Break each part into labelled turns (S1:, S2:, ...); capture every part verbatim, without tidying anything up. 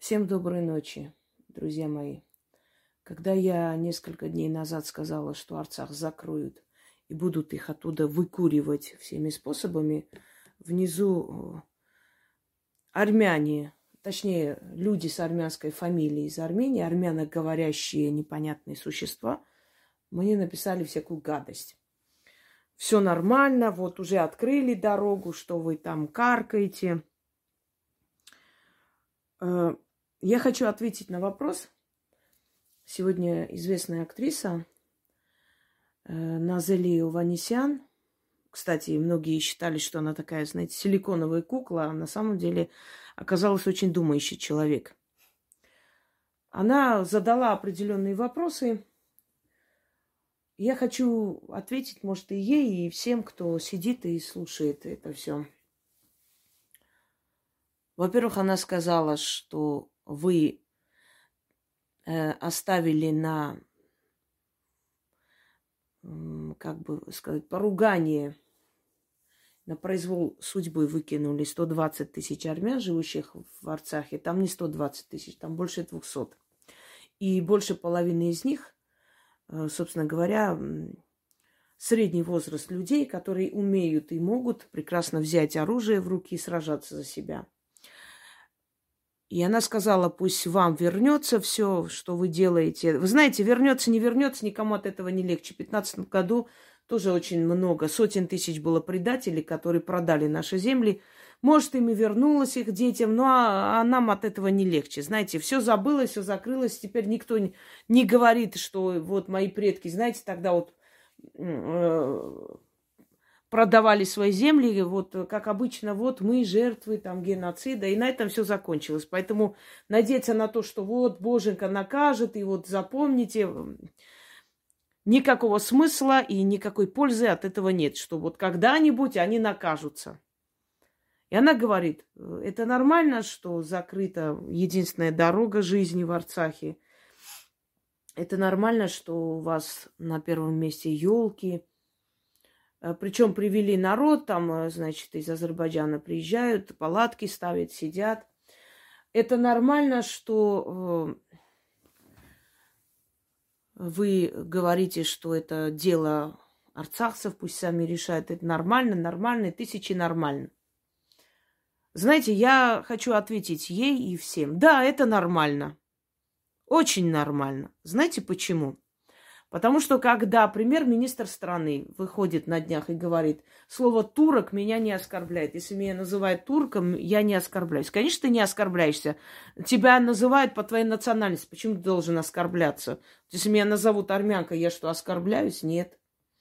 S1: Всем доброй ночи, друзья мои. Когда я несколько дней назад сказала, что Арцах закроют и будут их оттуда выкуривать всеми способами, внизу армяне, точнее, люди с армянской фамилией из Армении, армяноговорящие непонятные существа, мне написали всякую гадость. Все нормально, вот уже открыли дорогу, что вы там каркаете. Я хочу ответить на вопрос. Сегодня известная актриса Назели Ованесян, кстати, многие считали, что она такая, знаете, силиконовая кукла, а на самом деле оказалась очень думающий человек. Она задала определенные вопросы. Я хочу ответить, может, и ей, и всем, кто сидит и слушает это все. Во-первых, она сказала, что вы э, оставили на, э, как бы сказать, поругание, на произвол судьбы выкинули сто двадцать тысяч армян, живущих в Арцахе. Там не сто двадцать тысяч, там больше двухсот. И больше половины из них, э, собственно говоря, средний возраст людей, которые умеют и могут прекрасно взять оружие в руки и сражаться за себя. И она сказала, пусть вам вернется все, что вы делаете. Вы знаете, вернется, не вернется, никому от этого не легче. В пятнадцатом году тоже очень много, сотен тысяч было предателей, которые продали наши земли. Может, им и вернулось их детям, но а, а нам от этого не легче. Знаете, все забылось, все закрылось. Теперь никто не, не говорит, что вот мои предки, знаете, тогда вот э, продавали свои земли, вот как обычно, вот мы жертвы там геноцида, и на этом все закончилось. Поэтому надеяться на то, что вот Боженька накажет, и вот запомните, никакого смысла и никакой пользы от этого нет, что вот когда-нибудь они накажутся. И она говорит, это нормально, что закрыта единственная дорога жизни в Арцахе. Это нормально, что у вас на первом месте елки. Причем привели народ, там, значит, из Азербайджана приезжают, палатки ставят, сидят. Это нормально, что вы говорите, что это дело арцахцев, пусть сами решают. Это нормально, нормально, тысячи нормально. Знаете, я хочу ответить ей и всем. Да, это нормально. Очень нормально. Знаете почему? Потому что когда премьер-министр страны выходит на днях и говорит, слово «турок» меня не оскорбляет. Если меня называют турком, я не оскорбляюсь. Конечно, ты не оскорбляешься. Тебя называют по твоей национальности. Почему ты должен оскорбляться? Если меня назовут армянкой, я что, оскорбляюсь? Нет.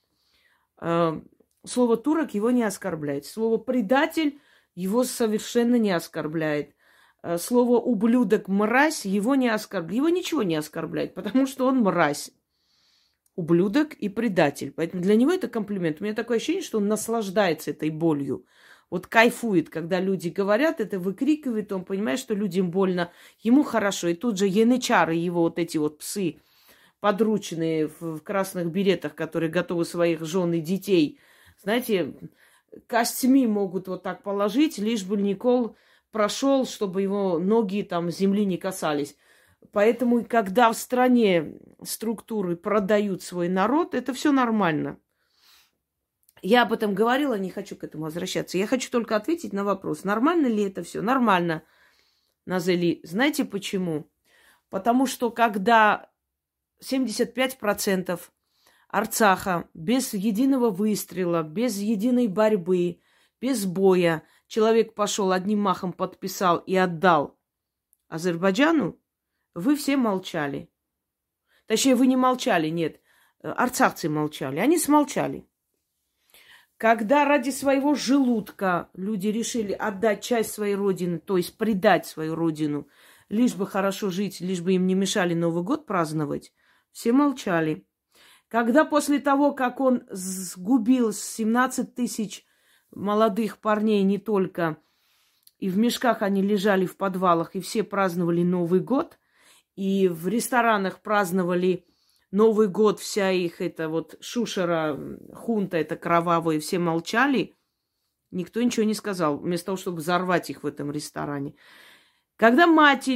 S1: Слово «турок» его не оскорбляет. Слово «предатель» его совершенно не оскорбляет. Слово «ублюдок», «мразь» его не оскорбляет. Его ничего не оскорбляет, потому что он мразь. Ублюдок и предатель. Поэтому для него это комплимент. У меня такое ощущение, что он наслаждается этой болью. Вот кайфует, когда люди говорят, это выкрикивает, он понимает, что людям больно, ему хорошо. И тут же янычары, его вот эти вот псы, подручные в красных беретах, которые готовы своих жен и детей, знаете, костями могут вот так положить, лишь бы Никол прошел, чтобы его ноги там земли не касались. Поэтому, когда в стране структуры продают свой народ, это все нормально. Я об этом говорила, не хочу к этому возвращаться. Я хочу только ответить на вопрос, нормально ли это все? Нормально, Назели. Знаете почему? Потому что когда семьдесят пять процентов Арцаха без единого выстрела, без единой борьбы, без боя, человек пошел одним махом, подписал и отдал Азербайджану, вы все молчали. Точнее, вы не молчали, нет. Арцахцы молчали. Они смолчали. Когда ради своего желудка люди решили отдать часть своей родины, то есть предать свою родину, лишь бы хорошо жить, лишь бы им не мешали Новый год праздновать, все молчали. Когда после того, как он сгубил семнадцать тысяч молодых парней не только, и в мешках они лежали в подвалах, и все праздновали Новый год, и в ресторанах праздновали Новый год, вся их эта вот шушера, хунта эта кровавая, все молчали, никто ничего не сказал, вместо того, чтобы взорвать их в этом ресторане. Когда матери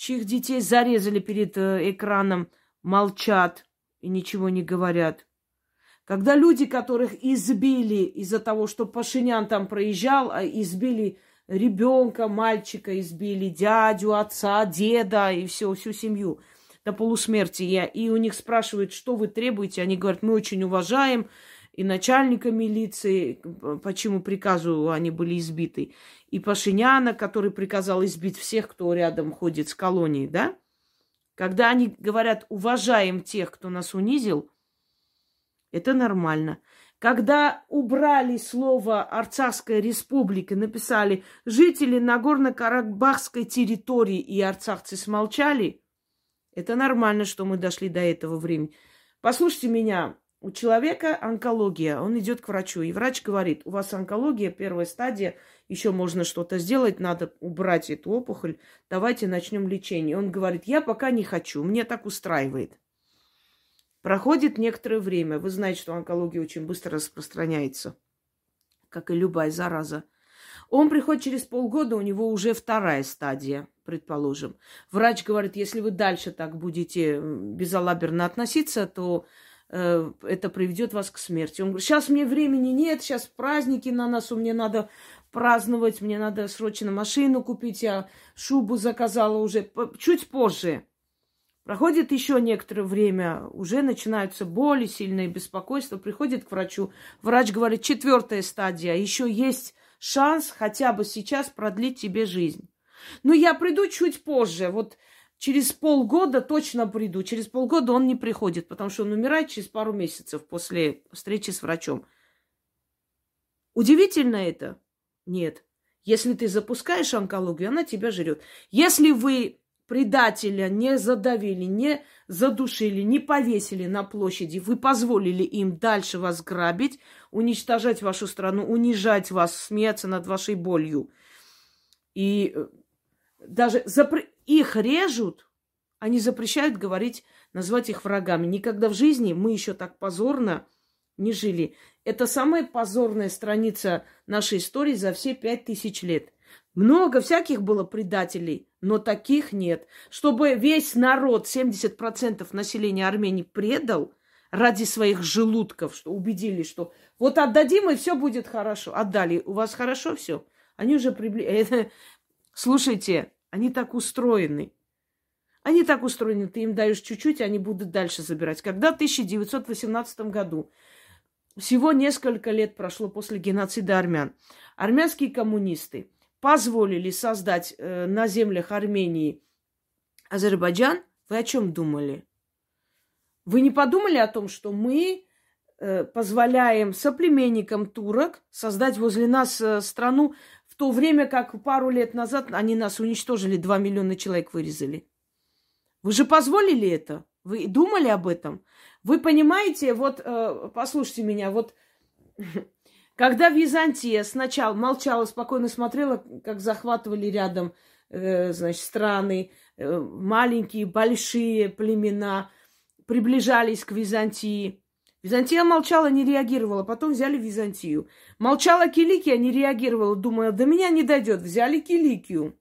S1: чьих детей зарезали перед экраном, молчат и ничего не говорят. Когда люди, которых избили из-за того, что Пашинян там проезжал, а избили ребенка, мальчика, избили дядю, отца, деда и все, всю семью до полусмерти. И у них спрашивают, что вы требуете. Они говорят, мы очень уважаем и начальника милиции, по чьему приказу они были избиты, и Пашиняна, который приказал избить всех, кто рядом ходит с колонией, да? Когда они говорят, уважаем тех, кто нас унизил, это нормально. Когда убрали слово «Арцахская республика», написали «жители Нагорно-Карабахской территории» и арцахцы смолчали, это нормально, что мы дошли до этого времени. Послушайте меня, у человека онкология, он идет к врачу, и врач говорит, у вас онкология, первая стадия, еще можно что-то сделать, надо убрать эту опухоль, давайте начнем лечение. Он говорит, я пока не хочу, мне так устраивает. Проходит некоторое время. Вы знаете, что онкология очень быстро распространяется, как и любая зараза. Он приходит через полгода, у него уже вторая стадия, предположим. Врач говорит, если вы дальше так будете безалаберно относиться, то э, это приведет вас к смерти. Он говорит, сейчас мне времени нет, сейчас праздники на носу, мне надо праздновать, мне надо срочно машину купить, я шубу заказала уже чуть позже. Проходит еще некоторое время, уже начинаются боли, сильное беспокойство, приходит к врачу. Врач говорит, четвертая стадия, еще есть шанс хотя бы сейчас продлить тебе жизнь. Но я приду чуть позже, вот через полгода точно приду. Через полгода он не приходит, потому что он умирает через пару месяцев после встречи с врачом. Удивительно это? Нет. Если ты запускаешь онкологию, она тебя жрет. Если вы предателя не задавили, не задушили, не повесили на площади, вы позволили им дальше вас грабить, уничтожать вашу страну, унижать вас, смеяться над вашей болью. И даже запр... их режут, они запрещают говорить, назвать их врагами. Никогда в жизни мы еще так позорно не жили. Это самая позорная страница нашей истории за все пять тысяч лет. Много всяких было предателей, но таких нет. Чтобы весь народ, семьдесят процентов населения Армении предал ради своих желудков, что убедили, что вот отдадим, и все будет хорошо. Отдали. У вас хорошо все? Они уже приблизились. Слушайте, они так устроены. Они так устроены. Ты им даешь чуть-чуть, они будут дальше забирать. Когда в тысяча девятьсот восемнадцатом году, всего несколько лет прошло после геноцида армян, армянские коммунисты позволили создать э, на землях Армении Азербайджан, вы о чем думали? Вы не подумали о том, что мы э, позволяем соплеменникам турок создать возле нас э, страну, в то время как пару лет назад они нас уничтожили, два миллиона человек вырезали? Вы же позволили это? Вы думали об этом? Вы понимаете, вот, э, послушайте меня, вот... Когда Византия сначала молчала, спокойно смотрела, как захватывали рядом, э, значит, страны, э, маленькие, большие племена, приближались к Византии. Византия молчала, не реагировала, потом взяли Византию. Молчала Киликия, не реагировала, думала, до меня не дойдет, взяли Киликию.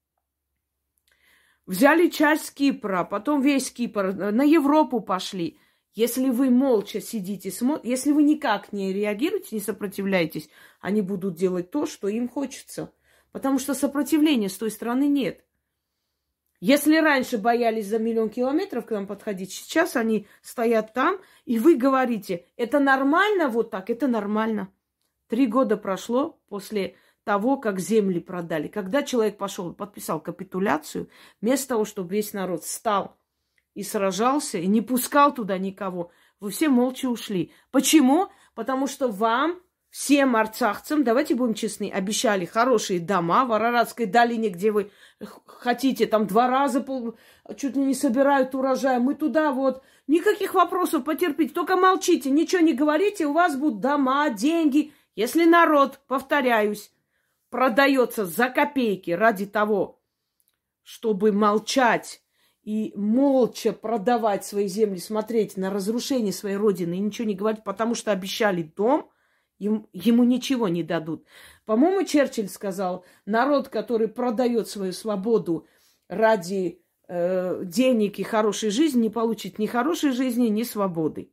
S1: Взяли часть Кипра, потом весь Кипр, на Европу пошли. Если вы молча сидите, смотрите, если вы никак не реагируете, не сопротивляетесь, они будут делать то, что им хочется. Потому что сопротивления с той стороны нет. Если раньше боялись за миллион километров к нам подходить, сейчас они стоят там, и вы говорите, это нормально вот так, это нормально. Три года прошло после того, как земли продали. Когда человек пошел, подписал капитуляцию, вместо того, чтобы весь народ встал и сражался, и не пускал туда никого, вы все молча ушли. Почему? Потому что вам, всем арцахцам, давайте будем честны, обещали хорошие дома в Араратской долине, где вы хотите, там два раза пол, чуть ли не собирают урожай. Мы туда вот, никаких вопросов, потерпите, только молчите, ничего не говорите, у вас будут дома, деньги. Если народ, повторяюсь, продается за копейки ради того, чтобы молчать, и молча продавать свои земли, смотреть на разрушение своей родины и ничего не говорить, потому что обещали дом, им, ему ничего не дадут. По-моему, Черчилль сказал, народ, который продает свою свободу ради э, денег и хорошей жизни, не получите ни хорошей жизни, ни свободы.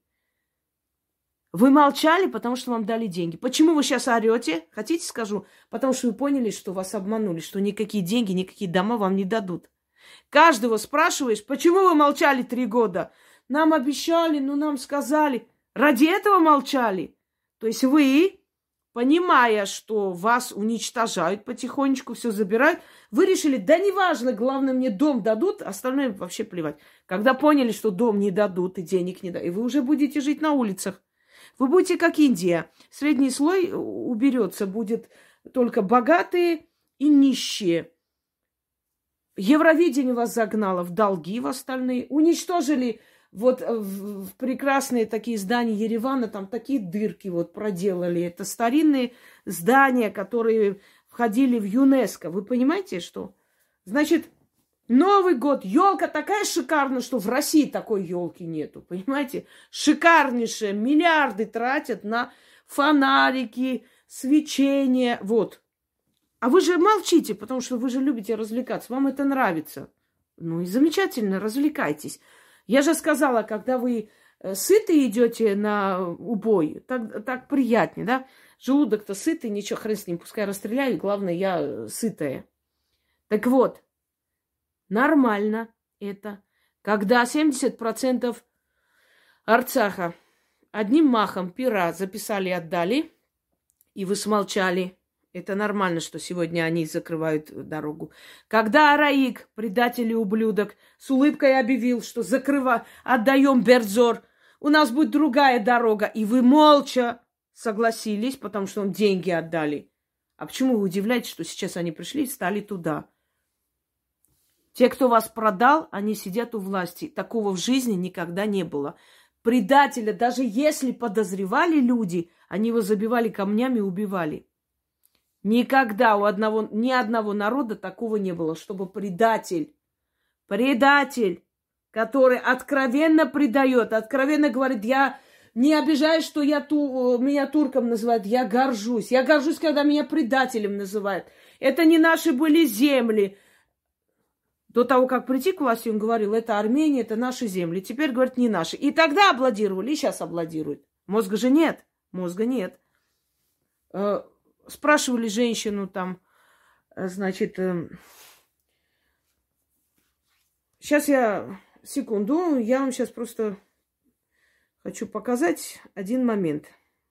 S1: Вы молчали, потому что вам дали деньги. Почему вы сейчас орете? Хотите, скажу? Потому что вы поняли, что вас обманули, что никакие деньги, никакие дома вам не дадут. Каждого спрашиваешь, почему вы молчали три года? Нам обещали, ну нам сказали. Ради этого молчали. То есть вы, понимая, что вас уничтожают потихонечку, все забирают, вы решили, да неважно, главное мне дом дадут, остальное вообще плевать. Когда поняли, что дом не дадут и денег не дадут, и вы уже будете жить на улицах. Вы будете как Индия. Средний слой уберется, будет только богатые и нищие. Евровидение вас загнало в долги в остальные. Уничтожили вот в прекрасные такие здания Еревана, там такие дырки вот проделали. Это старинные здания, которые входили в ЮНЕСКО. Вы понимаете, что? Значит, Новый год, елка такая шикарная, что в России такой елки нету, понимаете? Шикарнейшая, миллиарды тратят на фонарики, свечения, вот. А вы же молчите, потому что вы же любите развлекаться, вам это нравится. Ну и замечательно, развлекайтесь. Я же сказала, когда вы сытые идете на убой, так, так приятнее, да? Желудок-то сытый, ничего, хрен с ним, пускай расстреляют, главное, я сытая. Так вот. Нормально это, когда семьдесят процентов Арцаха одним махом пера записали и отдали, и вы смолчали. Это нормально, что сегодня они закрывают дорогу. Когда Араик, предатель и ублюдок, с улыбкой объявил, что закрыва, отдаем Бердзор, у нас будет другая дорога, и вы молча согласились, потому что вам деньги отдали. А почему вы удивляетесь, что сейчас они пришли и стали туда? Те, кто вас продал, они сидят у власти. Такого в жизни никогда не было. Предателя, даже если подозревали люди, они его забивали камнями и убивали. Никогда у одного, ни одного народа такого не было, чтобы предатель, предатель, который откровенно предает, откровенно говорит, я не обижаюсь, что я ту, меня турком называют, я горжусь. Я горжусь, когда меня предателем называют. Это не наши были земли. До того, как прийти к власти, он говорил, это Армения, это наши земли. Теперь, говорит, не наши. И тогда аплодировали, и сейчас аплодируют. Мозга же нет. Мозга нет. Спрашивали женщину там, значит, сейчас я, секунду, я вам сейчас просто хочу показать один момент.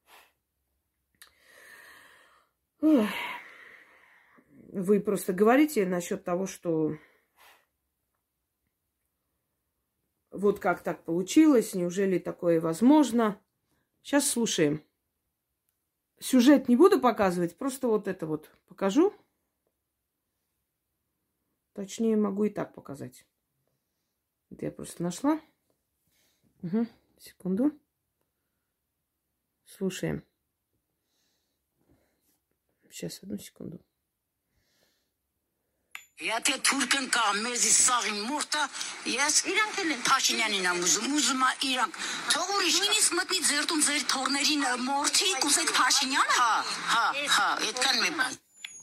S1: Вы просто говорите насчет того, что вот как так получилось, неужели такое возможно? Сейчас слушаем. Сюжет не буду показывать, просто вот это вот покажу. Точнее, могу и так показать. Это я просто нашла. Угу, секунду. Слушаем. Сейчас, одну секунду.
S2: Եթե թուրքն կա մեզի սաղի մորտը, ես իրանք էլ են Փաշինյանին եմ ուզում, ուզում է իրանք։ Թող ուրիշ նույնիսկ մտնի ձերտում ձեր թորներին մորթի, կուսեք Փաշինյանը։ Հա, հա, հա, այդքան մի բան։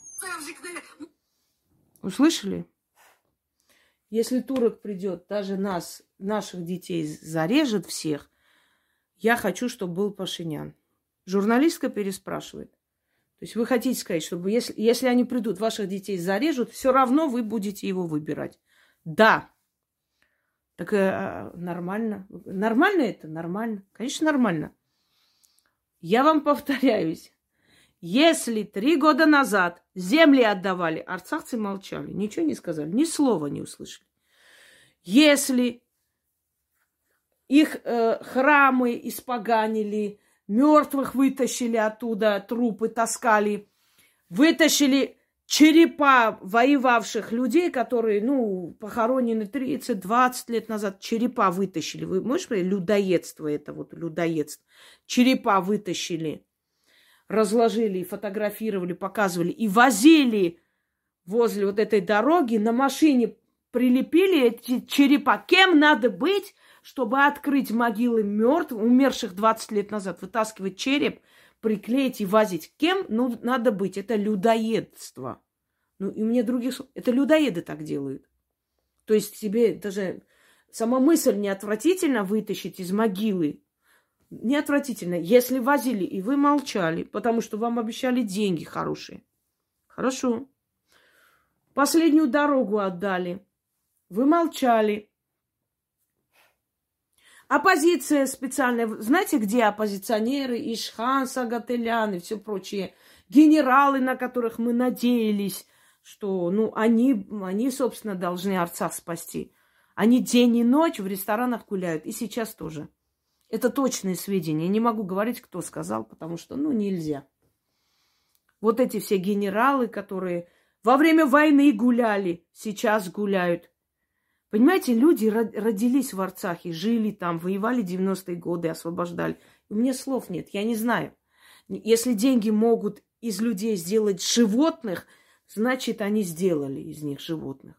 S1: Услышали? Если турок придет, даже нас, наших детей зарежет всех, я хочу, чтобы был Пашинян. Журналистка переспрашивает. То есть вы хотите сказать, чтобы если, если они придут, ваших детей зарежут, все равно вы будете его выбирать. Да. Так э, нормально. Нормально это? Нормально. Конечно, нормально. Я вам повторяюсь. Если три года назад земли отдавали, арцахцы молчали, ничего не сказали, ни слова не услышали. Если их э, храмы испоганили, мертвых вытащили оттуда, трупы таскали, вытащили черепа воевавших людей, которые, ну, похоронены тридцать-двадцать лет назад, черепа вытащили. Вы можете сказать, людоедство это вот, людоедство. Черепа вытащили, разложили, фотографировали, показывали и возили возле вот этой дороги, на машине прилепили эти черепа. Кем надо быть, чтобы открыть могилы мертвых, умерших двадцать лет назад, вытаскивать череп, приклеить и возить? Кем ну, надо быть? Это людоедство. Ну, и мне других слов. Это людоеды так делают. То есть тебе даже сама мысль не отвратительно вытащить из могилы. Не отвратительно. Если возили, и вы молчали, потому что вам обещали деньги хорошие. Хорошо. Последнюю дорогу отдали. Вы молчали. Оппозиция специальная. Знаете, где оппозиционеры? Ишхан, Сагателян и все прочие. Генералы, на которых мы надеялись, что ну, они, они, собственно, должны Арцах спасти. Они день и ночь в ресторанах гуляют. И сейчас тоже. Это точные сведения. Я не могу говорить, кто сказал, потому что, ну, нельзя. Вот эти все генералы, которые во время войны гуляли, сейчас гуляют. Понимаете, люди родились в Арцахе, жили там, воевали девяностые годы, освобождали. У меня слов нет, я не знаю. Если деньги могут из людей сделать животных, значит, они сделали из них животных.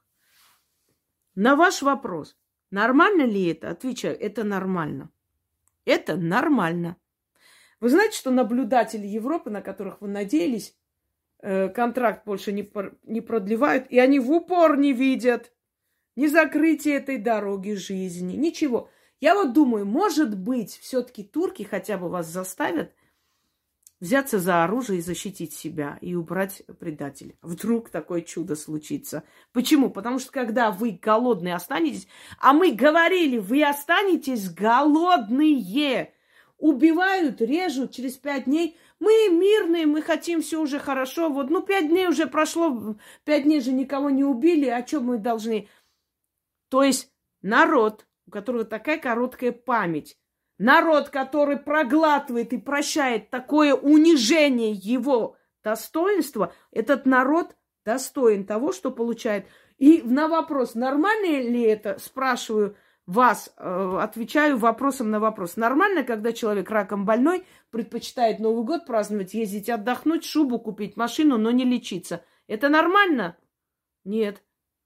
S1: На ваш вопрос, нормально ли это? Отвечаю, это нормально. Это нормально. Вы знаете, что наблюдатели Европы, на которых вы надеялись, контракт больше не, не продлевают, и они в упор не видят ни закрытия этой дороги жизни, ничего. Я вот думаю, может быть, все-таки турки хотя бы вас заставят взяться за оружие и защитить себя, и убрать предателя. Вдруг такое чудо случится. Почему? Потому что когда вы голодные останетесь, а мы говорили, вы останетесь голодные, убивают, режут через пять дней. Мы мирные, мы хотим все уже хорошо. Вот, ну, пять дней уже прошло, пять дней же никого не убили, а что мы должны... То есть народ, у которого такая короткая память, народ, который проглатывает и прощает такое унижение его достоинства, этот народ достоин того, что получает. И на вопрос, нормально ли это, спрашиваю вас, отвечаю вопросом на вопрос. Нормально, когда человек раком больной предпочитает Новый год праздновать, ездить отдохнуть, шубу купить, машину, но не лечиться? Это нормально? Нет.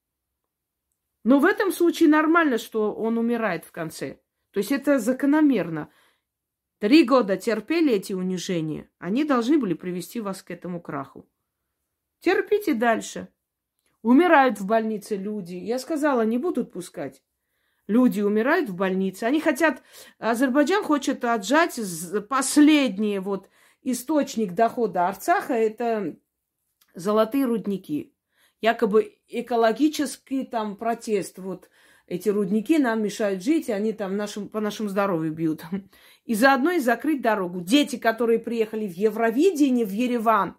S1: Но в этом случае нормально, что он умирает в конце. То есть это закономерно. Три года терпели эти унижения. Они должны были привести вас к этому краху. Терпите дальше. Умирают в больнице люди. Я сказала, не будут пускать. Люди умирают в больнице. Они хотят... Азербайджан хочет отжать последний вот источник дохода Арцаха. Это золотые рудники. Якобы экологический там протест. Вот эти рудники нам мешают жить, и они там нашим, по нашему здоровью бьют. И заодно и закрыть дорогу. Дети, которые приехали в Евровидение, в Ереван.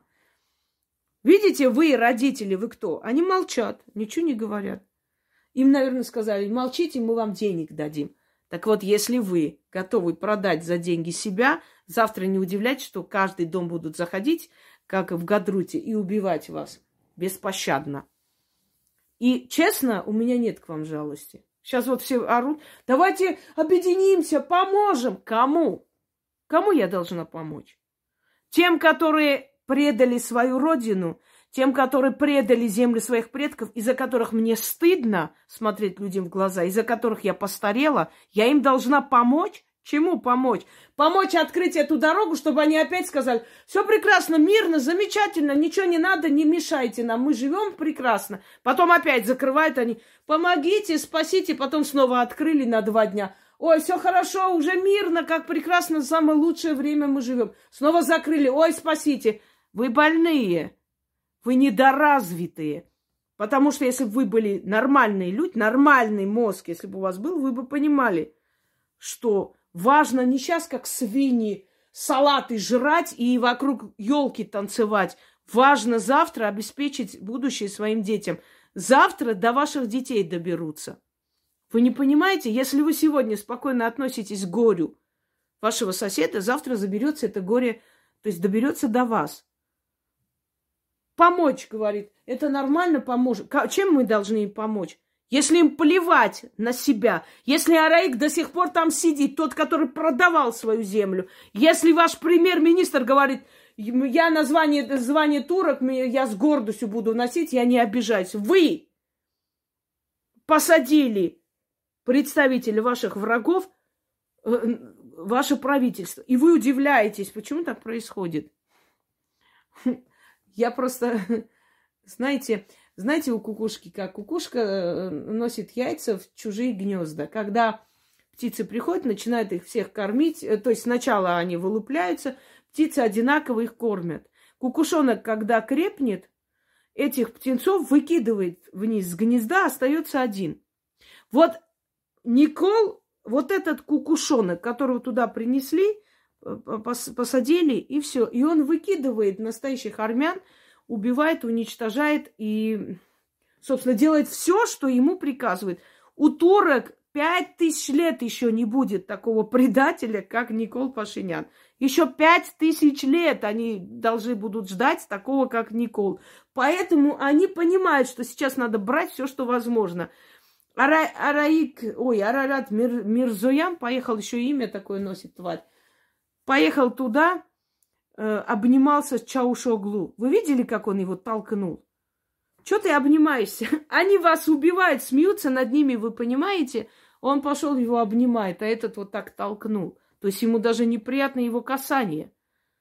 S1: Видите, вы, родители, вы кто? Они молчат, ничего не говорят. Им, наверное, сказали, молчите, мы вам денег дадим. Так вот, если вы готовы продать за деньги себя, завтра не удивляйтесь, что каждый дом будут заходить, как в Гадруте, и убивать вас. Беспощадно. И, честно, у меня нет к вам жалости. Сейчас вот все орут. Давайте объединимся, поможем. Кому? Кому я должна помочь? Тем, которые предали свою родину, тем, которые предали землю своих предков, из-за которых мне стыдно смотреть людям в глаза, из-за которых я постарела, я им должна помочь? Чему помочь? Помочь открыть эту дорогу, чтобы они опять сказали, все прекрасно, мирно, замечательно, ничего не надо, не мешайте нам, мы живем прекрасно. Потом опять закрывают они, помогите, спасите, потом снова открыли на два дня. Ой, все хорошо, уже мирно, как прекрасно, самое лучшее время мы живем. Снова закрыли, ой, спасите. Вы больные, вы недоразвитые. Потому что если бы вы были нормальные люди, нормальный мозг, если бы у вас был, вы бы понимали, что... Важно не сейчас, как свиньи, салаты жрать и вокруг елки танцевать. Важно завтра обеспечить будущее своим детям. Завтра до ваших детей доберутся. Вы не понимаете? Если вы сегодня спокойно относитесь к горю вашего соседа, завтра заберется это горе, то есть доберется до вас. Помочь, говорит, это нормально, поможет. Чем мы должны им помочь? Если им плевать на себя, если Араик до сих пор там сидит, тот, который продавал свою землю, если ваш премьер-министр говорит, я на звание, звание турок, я с гордостью буду носить, я не обижаюсь. Вы посадили представителей ваших врагов, ваше правительство, и вы удивляетесь, почему так происходит. Я просто, знаете... Знаете, у кукушки, как кукушка носит яйца в чужие гнезда. Когда птицы приходят, начинают их всех кормить. То есть сначала они вылупляются, птицы одинаково их кормят. Кукушонок, когда крепнет, этих птенцов выкидывает вниз с гнезда, остается один. Вот Никол, вот этот кукушонок, которого туда принесли, посадили, и все. И он выкидывает настоящих армян, убивает, уничтожает и, собственно, делает все, что ему приказывают. У турок пять тысяч лет еще не будет такого предателя, как Никол Пашинян. Еще пять тысяч лет они должны будут ждать такого, как Никол. Поэтому они понимают, что сейчас надо брать все, что возможно. Ара, Араик, ой, Арарат Мир, Мирзоян поехал, еще имя такое носит тварь. Поехал туда, э, обнимался с Чаушоглу. Вы видели, как он его толкнул? Что ты обнимаешься? Они вас убивают, смеются над ними, вы понимаете? Он пошел, его обнимает, а этот вот так толкнул. То есть ему даже неприятно его касание.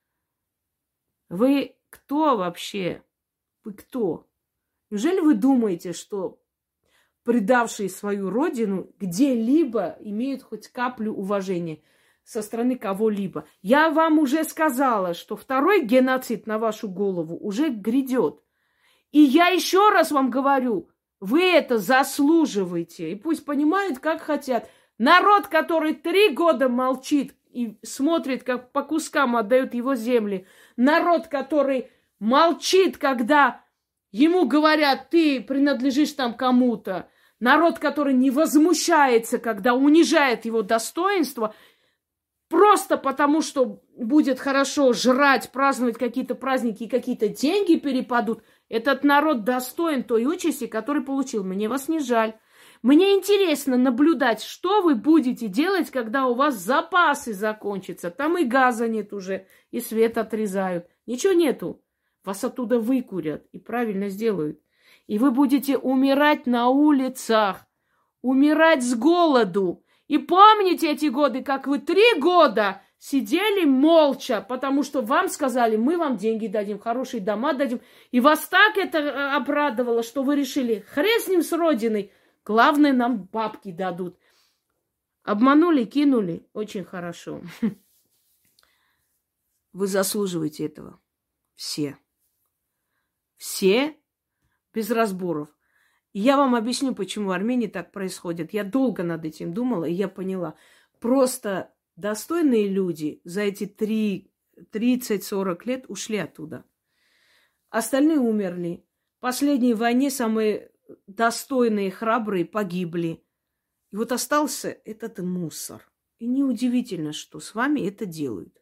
S1: Вы кто вообще? Вы кто? Неужели вы думаете, что предавшие свою родину где-либо имеют хоть каплю уважения со стороны кого-либо? Я вам уже сказала, что второй геноцид на вашу голову уже грядет. И я еще раз вам говорю, вы это заслуживаете. И пусть понимают, как хотят. Народ, который три года молчит и смотрит, как по кускам отдают его земли. Народ, который молчит, когда ему говорят, ты принадлежишь там кому-то. Народ, который не возмущается, когда унижает его достоинство, просто потому, что будет хорошо жрать, праздновать какие-то праздники и какие-то деньги перепадут. Этот народ достоин той участи, которую получил. Мне вас не жаль. Мне интересно наблюдать, что вы будете делать, когда у вас запасы закончатся. Там и газа нет уже, и свет отрезают. Ничего нету. Вас оттуда выкурят и правильно сделают. И вы будете умирать на улицах, умирать с голоду. И помните эти годы, как вы три года сидели молча, потому что вам сказали, мы вам деньги дадим, хорошие дома дадим. И вас так это обрадовало, что вы решили, хрен с ним с родиной, главное, нам бабки дадут. Обманули, кинули. Очень хорошо. Вы заслуживаете этого. Все. Все без разборов. И я вам объясню, почему в Армении так происходит. Я долго над этим думала, и я поняла. Просто достойные люди за эти тридцать-сорок лет ушли оттуда. Остальные умерли. В последней войне самые достойные, храбрые погибли. И вот остался этот мусор. И неудивительно, что с вами это делают.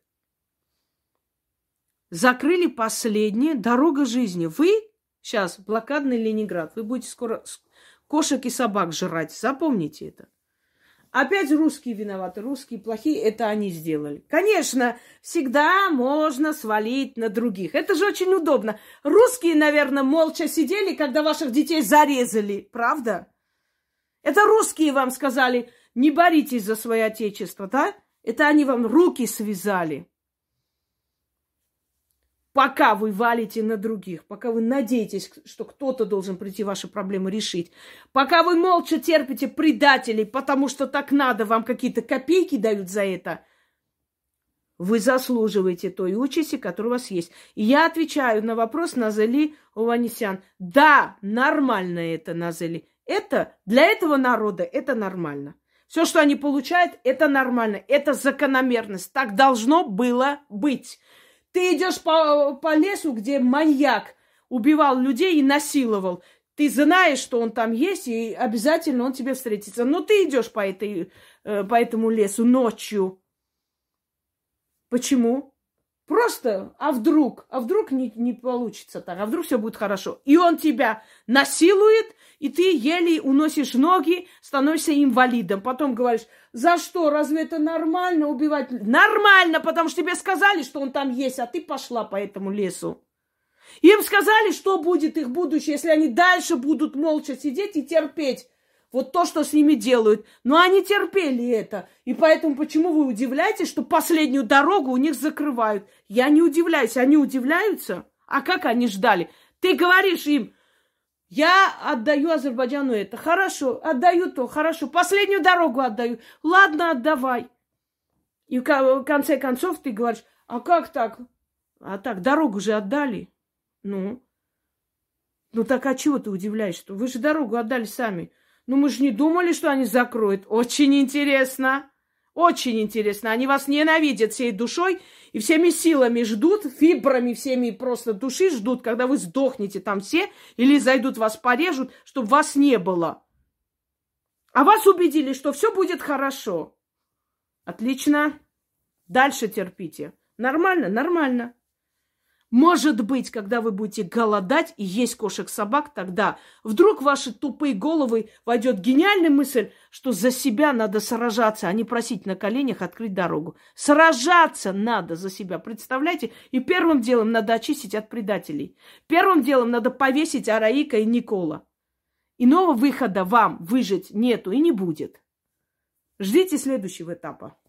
S1: Закрыли последнее, дорога жизни. Вы сейчас блокадный Ленинград. Вы будете скоро кошек и собак жрать. Запомните это. Опять русские виноваты, русские плохие. Это они сделали. Конечно, всегда можно свалить на других. Это же очень удобно. Русские, наверное, молча сидели, когда ваших детей зарезали. Правда? Это русские вам сказали, не боритесь за свое отечество, да? Это они вам руки связали. Пока вы валите на других, пока вы надеетесь, что кто-то должен прийти ваши проблемы решить, пока вы молча терпите предателей, потому что так надо, вам какие-то копейки дают за это, вы заслуживаете той участи, которая у вас есть. И я отвечаю на вопрос Назели Ованесян. Да, нормально это, Назели. Это для этого народа это нормально. Все, что они получают, это нормально. Это закономерность. Так должно было быть. Ты идешь по, по лесу, где маньяк убивал людей и насиловал. Ты знаешь, что он там есть, и обязательно он тебе встретится. Но ты идешь по, этой, по этому лесу ночью. Почему? Просто, а вдруг? А вдруг не, не получится так? А вдруг все будет хорошо? И он тебя насилует, и ты еле уносишь ноги, становишься инвалидом. Потом говоришь, за что? Разве это нормально убивать? Нормально, потому что тебе сказали, что он там есть, а ты пошла по этому лесу. Им сказали, что будет их будущее, если они дальше будут молча сидеть и терпеть вот то, что с ними делают. Но они терпели это. И поэтому почему вы удивляетесь, что последнюю дорогу у них закрывают? Я не удивляюсь. Они удивляются? А как они ждали? Ты говоришь им, Я отдаю Азербайджану это. Хорошо, отдаю то, хорошо. Последнюю дорогу отдаю. Ладно, отдавай. И в конце концов ты говоришь, а как так? А так, дорогу же отдали. Ну, ну так а чего ты удивляешься? Вы же дорогу отдали сами. Ну мы же не думали, что они закроют. Очень интересно. Очень интересно. Они вас ненавидят всей душой и всеми силами ждут, фибрами всеми просто души ждут, когда вы сдохнете там все или зайдут, вас порежут, чтобы вас не было. А вас убедили, что все будет хорошо. Отлично. Дальше терпите. Нормально? Нормально. Может быть, когда вы будете голодать и есть кошек-собак, тогда вдруг в ваши тупые головы войдет гениальная мысль, что за себя надо сражаться, а не просить на коленях открыть дорогу. Сражаться надо за себя, представляете? И первым делом надо очистить от предателей. Первым делом надо повесить Араика и Никола. Иного выхода вам выжить нету и не будет. Ждите следующего этапа.